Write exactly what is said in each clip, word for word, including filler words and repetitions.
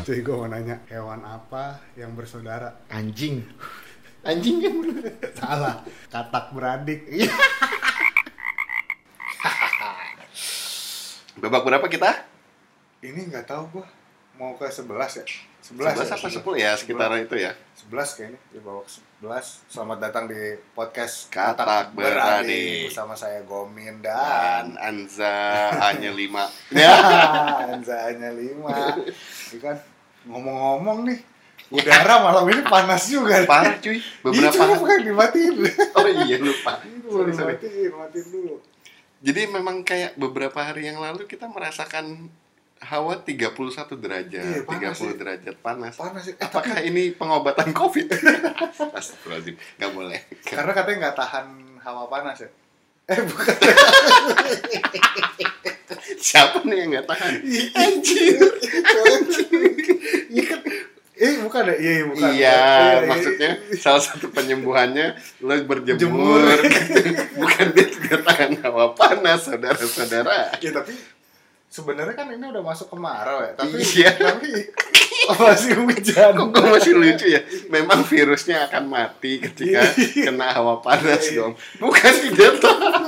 Cuy, gue mau nanya, hewan apa yang bersaudara? Anjing. Anjing kan? Salah, katak beradik. Babak berapa kita? Ini nggak tahu gue, mau ke sebelas ya? sebelas apa sepuluh ya, sekitar itu ya. sebelas kayaknya, di bawah sebelas. Selamat datang di podcast Katak Beradik. Bersama saya Gomin Dan dan Anza hanya lima. ya, Anzanya lima. Ini kan ngomong-ngomong nih, udara malam ini panas juga. Parah cuy, beberapa Itu bukan dimatiin. Oh iya lupa. Itu Sorry, baru sorry. matiin, matiin dulu. Jadi memang kayak beberapa hari yang lalu kita merasakan hawa tiga puluh satu derajat, Iya, panas tiga puluh sih. derajat panas. Panas sih. Eh, Apakah ini pengobatan Covid? Astagfirullahaladzim, nggak boleh. Karena katanya nggak tahan hawa panas ya. Eh bukan. Siapa nih yang nggak tahan? Anjir. Iya kan. Eh bukan ya? Iya, iya bukan. Iya, bukan. maksudnya salah satu penyembuhannya lo berjemur, Jemur. bukan dia nggak tahan hawa panas, saudara-saudara. Ya tapi sebenarnya kan ini udah masuk kemarau ya. Tapi Iya. tapi masih hujan. Kok kok masih lucu ya? Memang virusnya akan mati ketika kena hawa panas Iya, iya. dong. Bukan tidak tahu.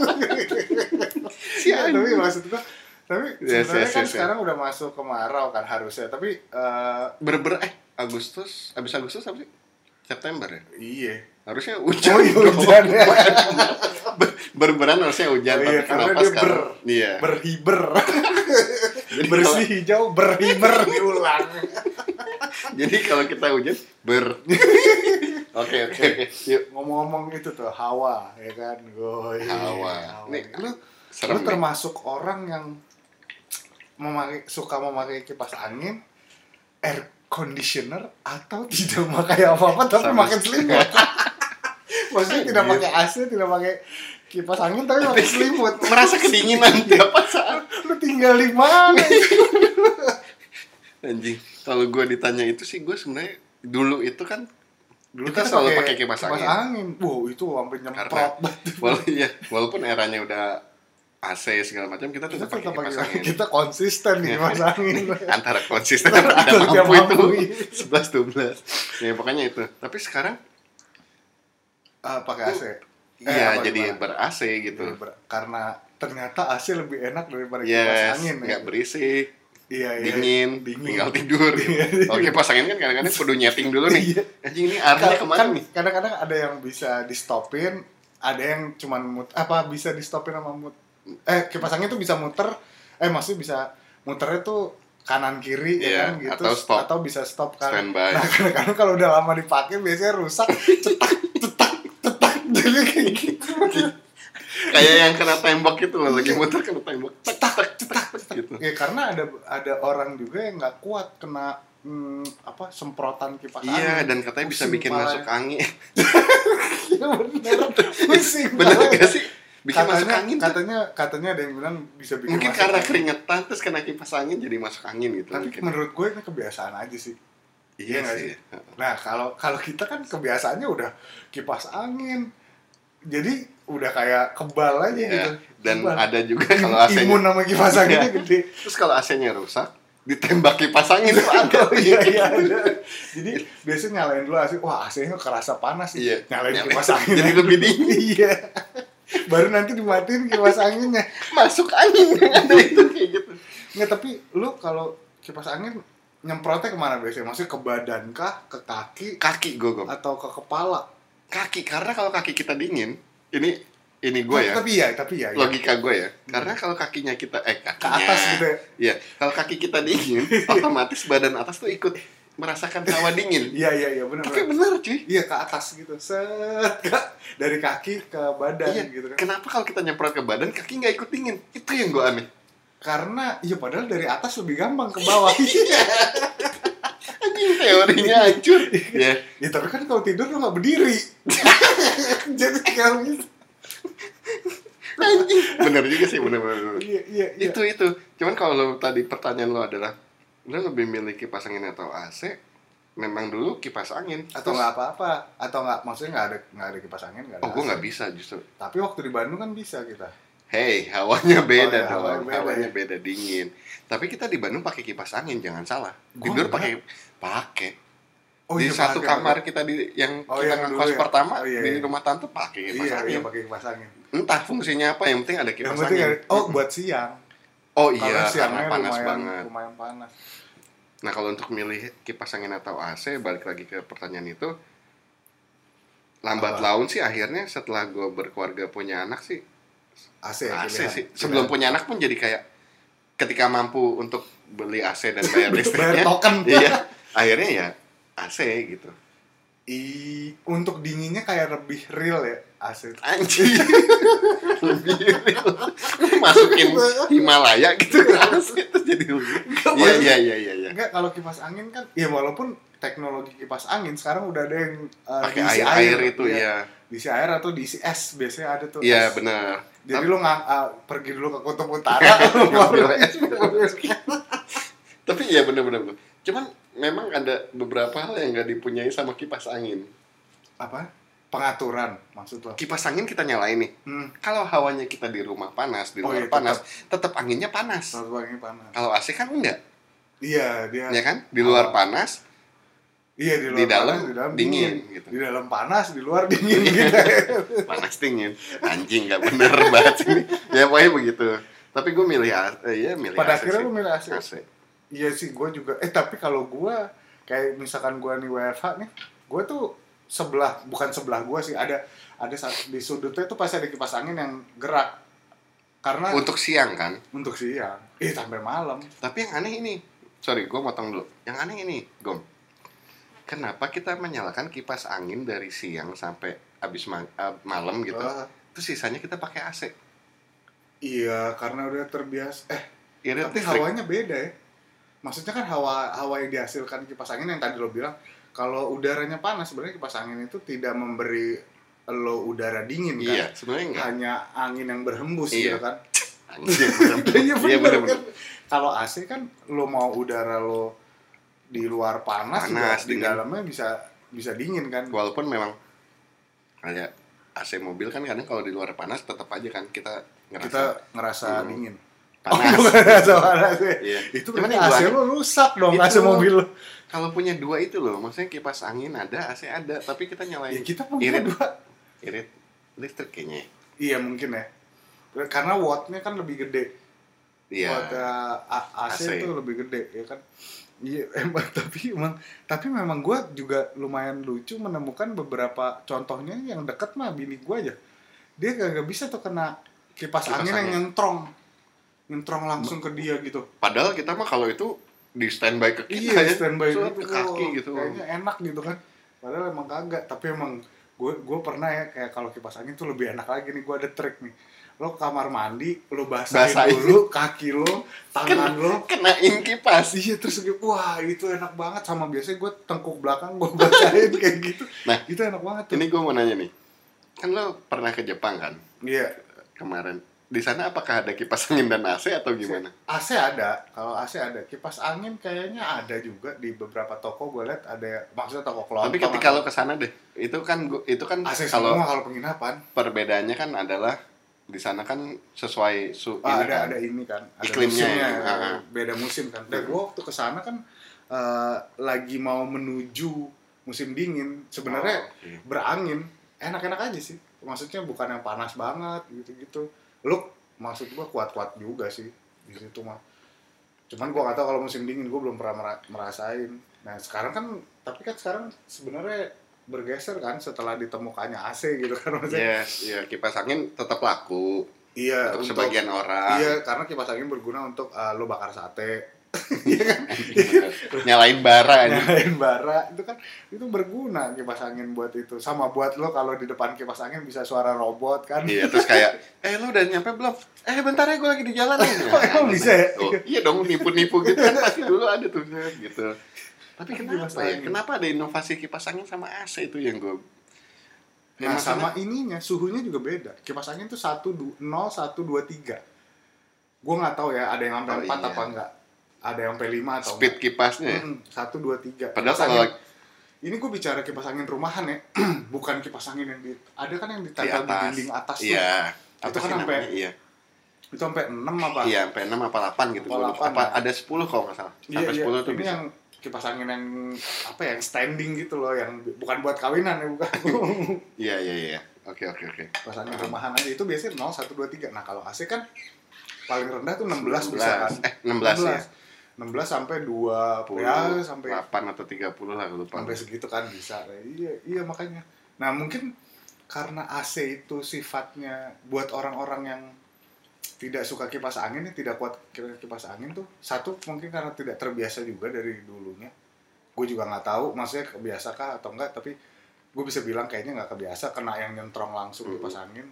Si Ya, tapi anjing. maksud gua tapi Yes, sebenarnya yes, kan yes, yes. sekarang udah masuk kemarau kan harusnya. Tapi eh Berber eh Agustus, habis Agustus apa sih? September ya? iya. Harusnya hujan. Oh, iya, dong. hujan ya. Ber- Berberan harusnya hujan, Oh, tapi iya, karena kenapa dia sekarang? ber, Iya. berhiber. Jadi Bersih kalau- hijau berhiber diulang. Jadi kalau kita hujan ber. Oke oke oke. Yuk. Ngomong-ngomong itu tuh hawa ya kan, goy. Hawa. Nih, Nih, lu lu serem nih. termasuk orang yang memakai suka memakai kipas angin, air conditioner atau tidak memakai apa-apa tapi Sama makan sekali. selimut. Maksudnya tidak Iya. pakai A C, tidak pakai kipas angin tapi pakai selimut. Merasa kedinginan tiap saat. Lu tinggal di mana? Anjing. Kalau gue ditanya itu sih gue sebenarnya dulu itu kan Dulu kita kan selalu pakai kipas angin. angin. Wow, itu sampai Karena nyemprot banget. wala- iya, walaupun eranya udah A C segala macam kita Kita tetap pakai tetap kipas pakai angin. kita konsisten di kipas angin. Antara konsisten dan tidak Tidak mampu itu mampu. sebelas dua belas. Ya pokoknya itu. Tapi sekarang Ah, pakai A C. Eh, iya apa jadi gimana? ber-A C gitu. Iya, ber- karena ternyata A C lebih enak daripada kipas Yes, angin ya. nggak berisik, Iya, iya. dingin, Dingin. tinggal tidur. Gitu. Iya. Kalau kipas angin kan kadang-kadang kudu nyeting dulu nih. Iya. Anjing ini arahnya Kan- kemana kan nih? kadang-kadang ada yang bisa di stopin, ada yang cuman mut apa bisa di stopin sama mut eh kipas angin tuh bisa muter, eh maksudnya bisa muternya tuh kanan kiri Iya, ya kan gitu atau stop. atau bisa stop kan. Standby. Nah, kadang-kadang kalau udah lama dipakai biasanya rusak, cetak cetak cetak jadi kayak gitu. Kayak yang kena tembok gitu loh, lagi muter kena tembok. Cetak, cetak, cetak, cetak gitu. Ya karena ada ada orang juga yang nggak kuat kena hmm, apa semprotan kipas Iya, angin. dan katanya bisa Pusing bikin palanya. masuk angin. Iya bener. Pusing. Bener palanya. gak sih? Bikin katanya, masuk angin tuh. katanya katanya ada yang bilang bisa bikin Mungkin masuk karena angin. keringetan terus kena kipas angin jadi masuk angin gitu. Tapi mungkin. menurut gue ini kebiasaan aja sih. Iya nggak sih. Nah kalau kalau kita kan kebiasaannya udah kipas angin, jadi udah kayak kebal aja Iya. gitu. Dan Kebal. ada juga kalau A C-nya. Imun sama kipas anginnya Iya. gede. Terus kalau A C-nya rusak, ditembak kipas angin tuh ada. Oh, iya iya ada. Jadi biasanya nyalain dulu A C. Wah A C-nya kerasa panas sih. Iya. Nyalain Nyalain. kipas angin. Jadi lebih dingin. Iya. Baru nanti dimatiin kipas anginnya. Masuk angin ada itu kayak gitu. Nggak, tapi lu kalau kipas angin nyemprotnya kemana biasanya? Maksudnya ke badan kah? Ke kaki? Kaki gue gue. Atau ke kepala? Kaki karena kalau kaki kita dingin, ini ini gue ya. Tapi ya, tapi ya. ya. Logika gue ya. Karena kalau kakinya kita eh Ke kakinya atas gitu ya. Iya, kalau kaki kita dingin, otomatis badan atas tuh ikut merasakan hawa dingin. Iya, iya, iya benar. Tapi benar cuy. Iya ke atas gitu. Set. Kak. Dari kaki ke badan Iya. gitu kan. Kenapa kalau kita nyemprot ke badan kaki nggak ikut dingin? Itu yang gue aneh. Karena iya padahal dari atas lebih gampang ke bawah. Anjing teorinya hancur. Ya. Ya tapi kan kalau tidur lu nggak berdiri. Jadi kalau gitu. Anjing. Bener juga sih, bener bener. bener. Iya, iya, iya. Itu itu. Cuman kalau lo tadi pertanyaan lo adalah lo lebih milih kipas angin atau A C? Memang dulu kipas angin. Atau nggak apa-apa, atau nggak maksudnya nggak ada nggak ada kipas angin nggak ada. Oh, gue A C. nggak bisa justru. Tapi waktu di Bandung kan bisa kita. Hey, hawanya beda Oh, ya, dong. hawanya beda, Hawanya ya. beda dingin. Tapi kita di Bandung pakai kipas angin, jangan salah. Gua Tidur enggak. pakai pakai. Oh, Di iya, satu pakai, kamar pakai. kita di yang Oh, kita yang dulu ngekos ya? pertama Oh, iya, di iya. rumah tante pakai kipas Iya, angin. iya pakai kipas angin. Entah fungsinya apa, yang penting ada kipas Yang penting angin. ada, oh buat siang. Oh Karena iya, siangnya karena panas lumayan, banget. lumayan panas. Nah, kalau untuk milih kipas angin atau A C, balik lagi ke pertanyaan itu, lambat Apa? laun sih akhirnya setelah gue berkeluarga punya anak sih A C, A C pilihan. sih. Sebelum Pilihan. punya anak pun jadi kayak ketika mampu untuk beli A C dan bayar listriknya, Bayar token. iya, akhirnya ya A C gitu. I, untuk dinginnya kayak lebih real ya A C. Anjing. Lebih real. Masukin Himalaya gitu ke A C itu jadi lebih. Iya iya iya iya iya. Enggak, kalau kipas angin kan ya walaupun teknologi kipas angin sekarang udah ada yang uh, Pakai diisi air, air itu ya. ya. Diisi air atau diisi es, biasanya ada tuh. Iya es. benar. Jadi Tapi- lu nggak uh, pergi dulu ke Kutub Utara Ngambil es. Tapi ya benar-benar. Cuman memang ada beberapa hal yang nggak dipunyai sama kipas angin. apa? Pengaturan maksud lo. Kipas angin kita nyalain nih. Hmm. Kalau hawanya kita di rumah panas, di Oh, luar iya, panas, tetap anginnya panas. Kalau angin panas. Kalau A C kan enggak, Iya, dia. ya kan? Di luar Oh. panas, Iya, di luar di dalam panas, di dalam dingin, dingin. gitu. Di dalam panas, di luar dingin gitu. panas dingin. Anjing nggak bener banget ini. Ya pokoknya begitu. Tapi gue milih A C, eh, ya milih Pada A C akhirnya sih. lu milih A C. A C. Iya sih, gue juga. Eh tapi kalau gue kayak misalkan gue nih W F H nih, gue tuh sebelah, bukan sebelah gue sih, ada ada satu- di sudutnya tuh pasti ada kipas angin yang gerak. Karena Untuk siang kan. untuk siang, eh sampai malam. Tapi yang aneh ini, sorry gue motong dulu. Yang aneh ini, Gom. Kenapa kita menyalakan kipas angin dari siang sampai habis ma- uh, malam gitu? Ah, Terus sisanya kita pakai A C. iya, karena udah terbiasa. Eh, Irit tapi listrik. hawanya beda ya. Maksudnya kan hawa hawa yang dihasilkan kipas angin yang tadi lo bilang, kalau udaranya panas sebenarnya kipas angin itu tidak memberi lo udara dingin kan. Iya, sebenarnya enggak. Hanya angin yang berhembus Iya. gitu kan. Anjing, Iya Iya bener bener-bener. kan. Kalau A C kan lo mau udara lo di luar panas, Panas, juga di dingin. dalamnya bisa bisa dingin kan. Walaupun memang kayak A C mobil kan kadang kalau di luar panas tetap aja kan kita ngerasa Kita ngerasa Hmm. dingin. panas. Oh, bukan ngerasa panas ya. Iya. Itu Cuman berarti yang A C gua- lo rusak dong, Itu. A C mobil lo. Kalau punya dua itu loh, maksudnya kipas angin ada, A C ada, tapi kita Ya nyalain kita punya irit, dua. irit listrik kayaknya. Iya mungkin ya. Karena wattnya kan lebih gede. Iya. Watt uh, A- AC, A C. itu lebih gede ya kan. Iya emang tapi emang tapi memang gue juga lumayan lucu menemukan beberapa contohnya yang deket mah bini gue aja. Dia gak bisa tuh kena kipas, Kipas angin yang angin. nyentrong. Nyentrong langsung ke dia gitu. Padahal kita mah kalau itu di standby ke kita Iya, ya. standby Suat gitu. ke kaki Oh, gitu. Kayaknya enak gitu kan. Padahal emang kagak, tapi emang gue gue pernah ya kayak kalau kipas angin tuh lebih enak lagi nih, gue ada trik nih. Lo ke kamar mandi, lo basahin, Basahin. dulu kaki lo, tangan lo. Kenain kipas. Iya terus gue, wah itu enak banget. Sama biasanya gue tengkuk belakang gue bacain kayak gitu. Nah, Itu enak banget tuh. Ini gue mau nanya nih. Kan lo pernah ke Jepang kan Iya. kemarin? Di sana apakah ada kipas angin dan A C atau gimana? A C ada, kalau A C ada. Kipas angin kayaknya ada juga di beberapa toko, gue lihat ada, maksudnya toko kelontong. Tapi ketika lo kesana deh, itu kan gua- itu kan A C kalau semua kalau penginapan. perbedaannya kan adalah di sana kan sesuai su Ah, ini ada kan. ada ini kan, ada Iklimnya, musimnya, ya. Ah, ah. beda musim kan. Dan gue waktu kesana kan eh, lagi mau menuju musim dingin, sebenarnya Oh, oke. berangin, enak-enak aja sih. Maksudnya bukan yang panas banget gitu-gitu. Lu maksud gua kuat-kuat juga sih di situ mah. Cuman gua nggak tahu kalau musim dingin, gua belum pernah mera- merasain. Nah sekarang kan, tapi kan sekarang sebenarnya bergeser kan setelah ditemukannya A C gitu kan maksudnya. Yes, ya kipas angin tetap laku Iya, untuk, sebagian orang. Iya, karena kipas angin berguna untuk uh, lo bakar sate. Nyalain bara aja. Nyalain bara itu kan itu berguna kipas angin buat itu. Sama buat lo kalau di depan kipas angin bisa suara robot kan. Iya, terus kayak, eh lu udah nyampe belum? Eh bentar ya, gue lagi di jalan nih. Oh, emang bisa ya? Oh, iya dong, nipu-nipu gitu kan pasti dulu ada tuh gitu. Tapi Kipas kenapa ya? angin. Kenapa ada inovasi kipas angin sama A C itu yang gue... Nah, Emang sama ininya suhunya juga beda. Kipas angin tuh satu nol satu dua tiga. Gua nggak tahu ya, ada yang sampai Oh, empat iya. apa enggak. Ada yang sampai lima atau speed kipasnya ya? satu dua tiga. Padahal Kipas kalau angin- ini gue bicara kipas angin rumahan ya, bukan kipas angin yang di ada kan yang di ditempel di, atas, dinding atas tuh. iya. Itu Apa kan sih sampai- namanya? Iya. Itu sampai enam apa? Iya, sampai enam apa delapan gitu. Apa Gua lupa. delapan, Apa ya? ada sepuluh kalau nggak salah. Iya, Sampai iya. sepuluh tuh Ini bisa. yang kipas angin yang apa ya, yang standing gitu loh, yang bukan buat kawinan ya, bukan. Iya, iya, iya. Oke, oke, oke. Kipas angin rumahan aja itu biasanya nol, satu, dua, tiga. Nah, kalau A C kan paling rendah tuh enam belas bisa kan? Eh, enam belas ya. enam belas sampai dua sepuluh, ya sampai delapan atau tiga puluh lah lupa. sampai segitu kan bisa. Nah, iya, iya makanya. Nah, mungkin karena A C itu sifatnya buat orang-orang yang tidak suka kipas angin, tidak kuat kipas angin tuh, satu mungkin karena tidak terbiasa juga dari dulunya. Gue juga nggak tahu, maksudnya kebiasa kah atau enggak, tapi gue bisa bilang kayaknya nggak kebiasa kena yang nyentrong langsung Mm-hmm. kipas angin.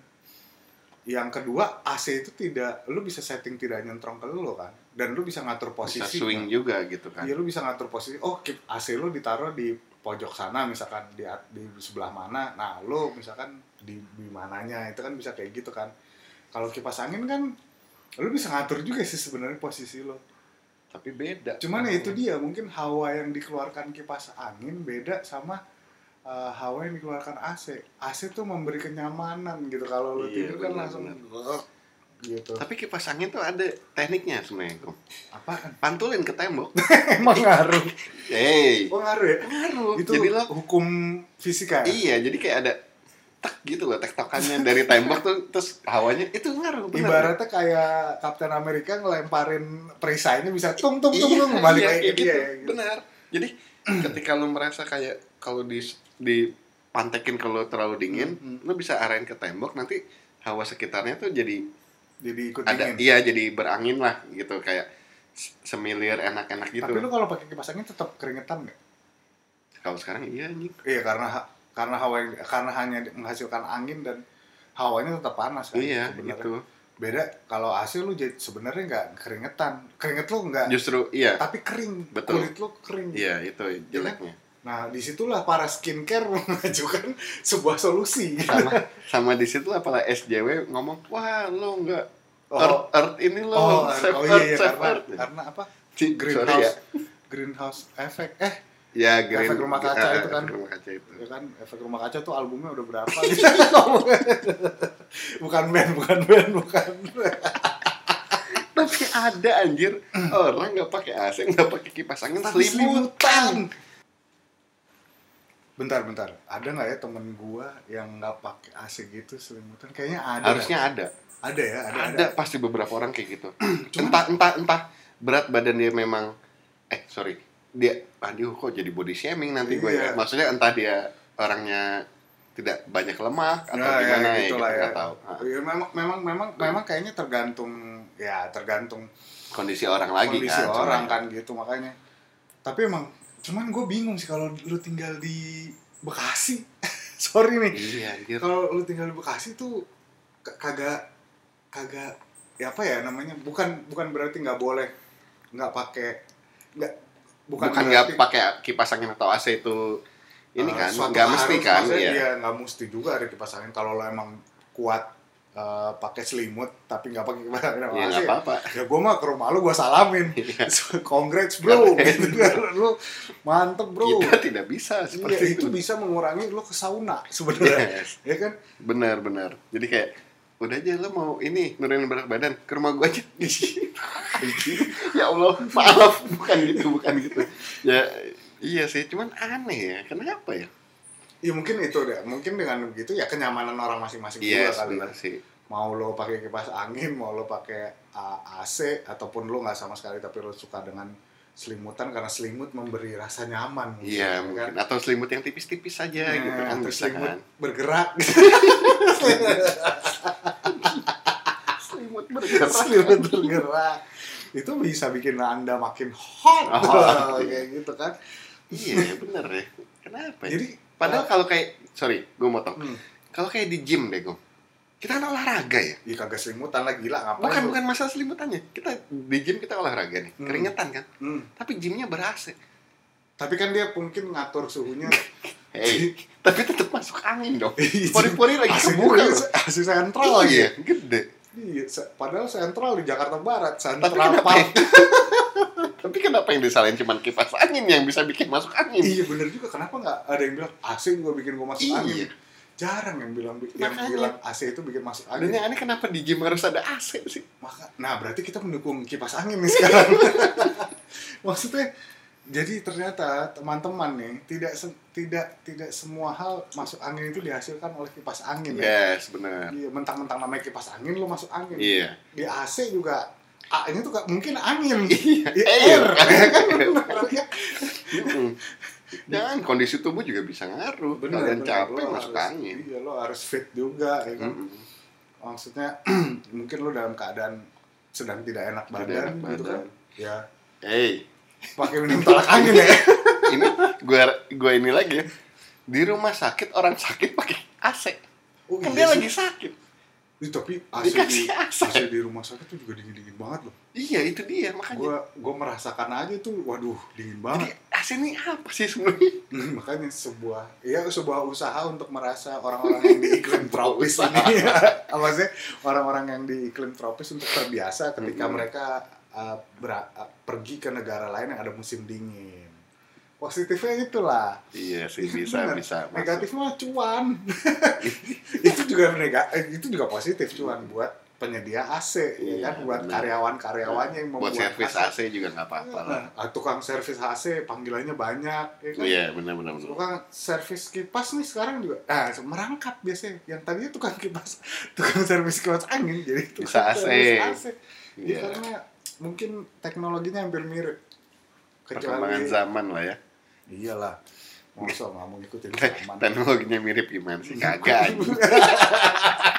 Yang kedua, A C itu tidak, lu bisa setting tidak nyentrong ke lu kan, dan lu bisa ngatur posisi. Bisa swing juga gitu kan. Iya, lu bisa ngatur posisi. Oh, A C lu ditaruh di pojok sana misalkan, di di sebelah mana. Nah, lu misalkan di di mananya, itu kan bisa kayak gitu kan. Kalau kipas angin kan lu bisa ngatur juga sih sebenarnya posisi lo. Tapi beda. Cuman ya itu dia, mungkin hawa yang dikeluarkan kipas angin beda sama uh, hawa yang dikeluarkan A C. A C tuh memberi kenyamanan gitu, kalau lu Iya, tidur kan benar, langsung benar. gitu. Tapi kipas angin tuh ada tekniknya sebenarnya, Kom. Apaan? Pantulin ke tembok. Emang ngaruh. Hey. Oh, ngaruh ya? Ngaruh. Itu Jadi lo hukum fisika ya? iya, jadi kayak ada tek gitu loh, tektokannya dari tembok tuh, terus hawanya itu ngaruh benar. Ibaratnya kayak Kapten Amerika ngelemparin perisainya bisa tung tung tung Iya, tung balik iya, lagi kayak ke dia gitu. ya, gitu. Benar. Jadi ketika lu merasa kayak kalau di dipantekin kalau terlalu dingin, Hmm, hmm. lu bisa arahin ke tembok, nanti hawa sekitarnya tuh jadi Jadi ikut ada dingin. iya jadi berangin lah gitu, kayak semilir enak-enak gitu. Tapi lu kalau pakai kipas angin tetap keringetan nggak? Kalau sekarang iya anjing. Iya, karena karena hawa yang, karena hanya menghasilkan angin dan hawanya tetap panas kan. Iya, sebenarnya. itu. Beda kalau A C lu jadi sebenarnya nggak keringetan. Keringet lu nggak, Justru iya. tapi kering. Betul. Kulit lu kering. Iya, itu jeleknya. Nah, disitulah para skincare mengajukan sebuah solusi. Sama sama di situ apalah S J W ngomong, "Wah, lo enggak Oh. earth, earth ini lo, Oh, save oh earth, iya, iya save karena, earth." karena apa? Ci- sorry Greenhouse, ya. greenhouse effect. Eh, Ya, green, Efek rumah kaca eh, itu kan. efek rumah kaca itu. ya kan, efek rumah kaca tuh albumnya udah berapa gitu. Bukan band, bukan band, bukan. Tapi ada anjir orang nggak pakai A C, nggak pakai kipas angin, Tapi selimutan. Bentar, bentar. Ada nggak ya temen gua yang nggak pakai A C gitu selimutan? Kayaknya ada. Harusnya ada. Ada ya, ada. Ada pasti beberapa orang kayak gitu. Cuman- entah entah entah berat badan dia memang eh sorry dia aduh kok jadi body shaming nanti gue Iya. ya. Maksudnya entah dia orangnya tidak banyak lemak atau Ya, gimana ya, ya, gitu kita lah ya. nggak tahu. Ah, Ya, memang, memang, memang, memang kayaknya tergantung, ya tergantung kondisi orang lagi kondisi kan. orang cuman- kan gitu, makanya. Tapi emang, cuman gue bingung sih kalau lu tinggal di Bekasi. Sorry nih. Iya anjir. Kalau lu tinggal di Bekasi tuh k- kagak kagak ya apa ya namanya? Bukan bukan berarti nggak boleh nggak pakai nggak bukan, Bukan berarti, nggak pakai kipas angin atau A C itu ini uh, kan suatu nggak mesti harus, kan maksudnya ya. iya, nggak mesti juga ada kipas angin kalau lo emang kuat uh, pakai selimut tapi nggak pakai kipas angin sama Ya A C, nggak apa-apa. ya gue mah ke rumah lu gue salamin. Iya. Congrats bro gitu kan. Lu mantep bro. Kita tidak bisa Iya, seperti itu itu. bisa mengurangi lo ke sauna sebenarnya. Yes. Ya kan? Benar-benar. Jadi kayak udah aja lo mau ini nurunin berat badan ke rumah gua aja. Ya Allah, maaf bukan gitu, bukan gitu. Ya iya sih, cuman aneh ya. Kenapa ya? Ya mungkin itu deh. Mungkin dengan begitu ya kenyamanan orang masing-masing Iya, juga kali ya. benar sih. Mau lo pakai kipas angin, mau lo pakai A C ataupun lo nggak sama sekali tapi lo suka dengan selimutan karena selimut memberi rasa nyaman. Iya, gitu, mungkin kan? atau selimut yang tipis-tipis saja Nah, gitu kan atau bisa selimut kan. bergerak. Selimut bergerak. Selimut bergerak. Itu bisa bikin Anda makin hot. Oh, kayak gitu kan. Iya, benar ya. Kenapa ya? Jadi Padahal kalau kayak sorry, gua motong. hmm, Kalau kayak di gym deh, gua. Kita kan olahraga ya. ya kagak selimutan lah, gila ngapain Bukan lu? bukan masalah selimutannya. Kita di gym kita olahraga nih, Hmm. keringetan kan. Hmm. Tapi gymnya ber-A C. Tapi kan dia mungkin ngatur suhunya. Hei, tapi tetap masuk angin dong. Iya, Pori-pori lagi A C-nya kebuka loh. A C sentral lagi. Iya, gede. Iya, se- padahal sentral di Jakarta Barat, Central Tapi kenapa Park. Tapi kenapa yang disalahin cuma kipas angin yang bisa bikin masuk angin? Iya bener juga, kenapa nggak ada yang bilang A C juga bikin gua masuk Iya. angin? Jarang yang bilang yang Makanya. bilang A C itu bikin masuk Dan angin. yang aneh kenapa di gym harus ada A C sih? Maka, nah berarti kita mendukung kipas angin nih sekarang. Maksudnya, jadi ternyata teman-teman nih tidak se- tidak tidak semua hal masuk angin itu dihasilkan oleh kipas angin ya. Yes, benar. Iya, mentang-mentang namanya kipas angin lo masuk angin. Iya. Di A C juga A ini tuh gak mungkin angin. Iya, Di air. air. Ya kan? Bener, ya. Mm-mm. Jangan, kondisi tubuh juga bisa ngaruh. Bener, Kalian bener. capek Lo masuk harus- angin. Iya, lo harus fit juga ya kan. Mm-mm. Maksudnya mungkin lo dalam keadaan sedang tidak enak Tidak badan enak gitu badan. kan. Ya, Hey, pakai minum tolak angin ya. ini gua gua ini lagi ya. Di rumah sakit orang sakit pakai A C. Oh, Kan iya dia sih. lagi sakit. Ih, tapi A C di, Dikasih A C. A C di rumah sakit tuh juga dingin-dingin banget loh. Iya, itu dia makanya. Gua gua merasakan aja tuh, waduh, dingin Jadi banget. A C ini apa sih sebenarnya? Hmm, makanya sebuah ya sebuah usaha untuk merasa orang-orang yang di iklim tropis ini apa sih orang-orang yang di iklim tropis untuk terbiasa ketika Mm-hmm. mereka uh, ber- uh, pergi ke negara lain yang ada musim dingin. Positifnya itulah. Iya sih, Iya, bisa bener. bisa. masuk. Negatifnya cuan. itu juga nega eh, itu juga positif cuan buat penyedia A C ya Iya, kan, buat bener. karyawan-karyawannya yang Buat membuat servis A C juga nggak apa-apa lah. Nah, tukang servis A C panggilannya banyak ya kan. Iya, benar-benar. Tukang servis kipas nih sekarang juga ah merangkap biasanya. Yang tadinya tukang kipas, tukang servis kipas angin jadi tukang Bisa A C. servis A C. Ya, Iya. karena mungkin teknologinya hampir mirip. Perkembangan Kecuali zaman lah ya. iyalah. Masa nggak mau ngikutin Te- zaman. Teknologinya mirip gimana sih? Kagak. anjing.